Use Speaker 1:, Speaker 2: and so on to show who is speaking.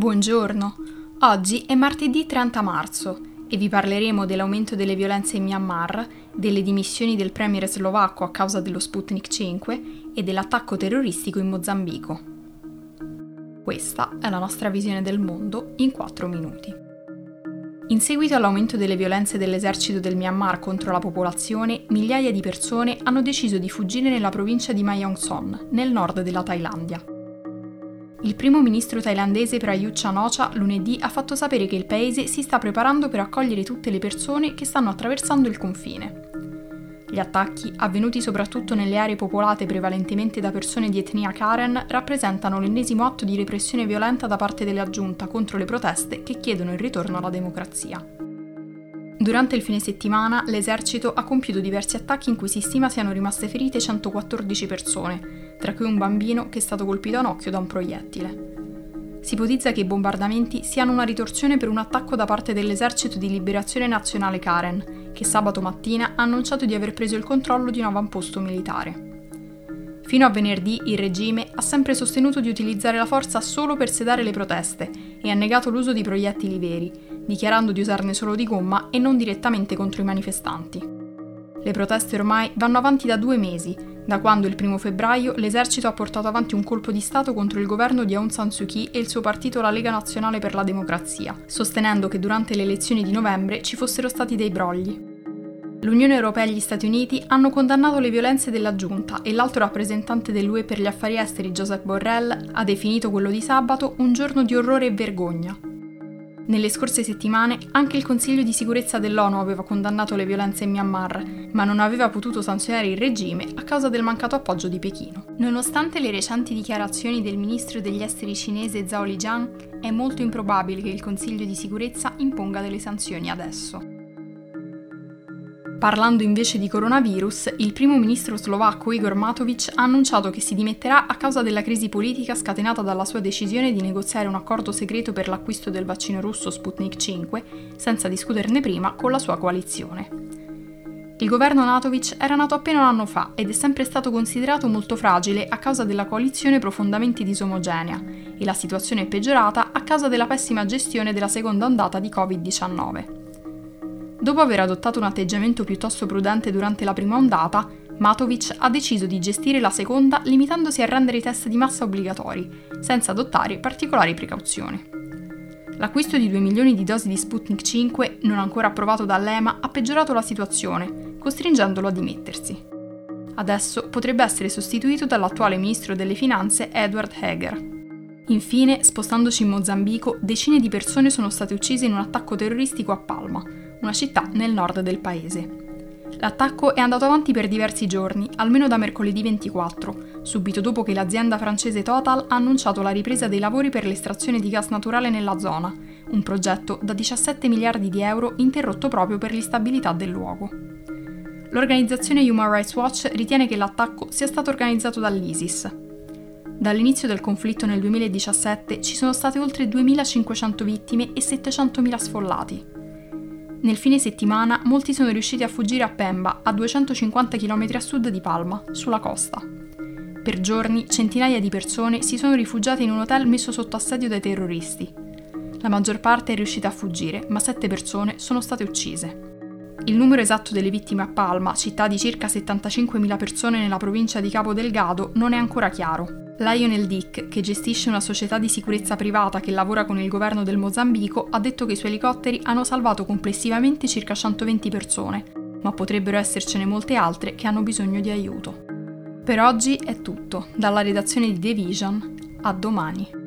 Speaker 1: Buongiorno, oggi è martedì 30 marzo e vi parleremo dell'aumento delle violenze in Myanmar, delle dimissioni del premier slovacco a causa dello Sputnik 5 e dell'attacco terroristico in Mozambico. Questa è la nostra visione del mondo in 4 minuti. In seguito all'aumento delle violenze dell'esercito del Myanmar contro la popolazione, migliaia di persone hanno deciso di fuggire nella provincia di Mae Hong Son, nel nord della Thailandia. Il primo ministro thailandese Prayut Chan-o-cha lunedì ha fatto sapere che il paese si sta preparando per accogliere tutte le persone che stanno attraversando il confine. Gli attacchi, avvenuti soprattutto nelle aree popolate prevalentemente da persone di etnia Karen, rappresentano l'ennesimo atto di repressione violenta da parte della giunta contro le proteste che chiedono il ritorno alla democrazia. Durante il fine settimana, l'esercito ha compiuto diversi attacchi in cui si stima siano rimaste ferite 114 persone, tra cui un bambino che è stato colpito a un occhio da un proiettile. Si ipotizza che i bombardamenti siano una ritorsione per un attacco da parte dell'esercito di liberazione nazionale Karen, che sabato mattina ha annunciato di aver preso il controllo di un avamposto militare. Fino a venerdì il regime ha sempre sostenuto di utilizzare la forza solo per sedare le proteste e ha negato l'uso di proiettili veri, dichiarando di usarne solo di gomma e non direttamente contro i manifestanti. Le proteste ormai vanno avanti da 2 mesi, da quando il 1 febbraio l'esercito ha portato avanti un colpo di Stato contro il governo di Aung San Suu Kyi e il suo partito la Lega Nazionale per la Democrazia, sostenendo che durante le elezioni di novembre ci fossero stati dei brogli. L'Unione Europea e gli Stati Uniti hanno condannato le violenze della giunta e l'alto rappresentante dell'UE per gli affari esteri Josep Borrell ha definito quello di sabato un giorno di orrore e vergogna. Nelle scorse settimane anche il Consiglio di sicurezza dell'ONU aveva condannato le violenze in Myanmar, ma non aveva potuto sanzionare il regime a causa del mancato appoggio di Pechino. Nonostante le recenti dichiarazioni del ministro degli esteri cinese Zhao Lijian, è molto improbabile che il Consiglio di sicurezza imponga delle sanzioni adesso. Parlando invece di coronavirus, il primo ministro slovacco Igor Matovic ha annunciato che si dimetterà a causa della crisi politica scatenata dalla sua decisione di negoziare un accordo segreto per l'acquisto del vaccino russo Sputnik 5, senza discuterne prima con la sua coalizione. Il governo Matovic era nato appena un anno fa ed è sempre stato considerato molto fragile a causa della coalizione profondamente disomogenea e la situazione è peggiorata a causa della pessima gestione della seconda ondata di Covid-19. Dopo aver adottato un atteggiamento piuttosto prudente durante la prima ondata, Matovic ha deciso di gestire la seconda limitandosi a rendere i test di massa obbligatori, senza adottare particolari precauzioni. L'acquisto di 2 milioni di dosi di Sputnik 5, non ancora approvato dall'EMA, ha peggiorato la situazione, costringendolo a dimettersi. Adesso potrebbe essere sostituito dall'attuale ministro delle finanze Edward Heger. Infine, spostandoci in Mozambico, decine di persone sono state uccise in un attacco terroristico a Palma, una città nel nord del paese. L'attacco è andato avanti per diversi giorni, almeno da mercoledì 24, subito dopo che l'azienda francese Total ha annunciato la ripresa dei lavori per l'estrazione di gas naturale nella zona, un progetto da 17 miliardi di euro interrotto proprio per l'instabilità del luogo. L'organizzazione Human Rights Watch ritiene che l'attacco sia stato organizzato dall'ISIS. Dall'inizio del conflitto nel 2017 ci sono state oltre 2.500 vittime e 700.000 sfollati. Nel fine settimana molti sono riusciti a fuggire a Pemba, a 250 km a sud di Palma, sulla costa. Per giorni centinaia di persone si sono rifugiate in un hotel messo sotto assedio dai terroristi. La maggior parte è riuscita a fuggire, ma 7 persone sono state uccise. Il numero esatto delle vittime a Palma, città di circa 75.000 persone nella provincia di Cabo Delgado, non è ancora chiaro. Lionel Dick, che gestisce una società di sicurezza privata che lavora con il governo del Mozambico, ha detto che i suoi elicotteri hanno salvato complessivamente circa 120 persone, ma potrebbero essercene molte altre che hanno bisogno di aiuto. Per oggi è tutto, dalla redazione di The Vision, a domani.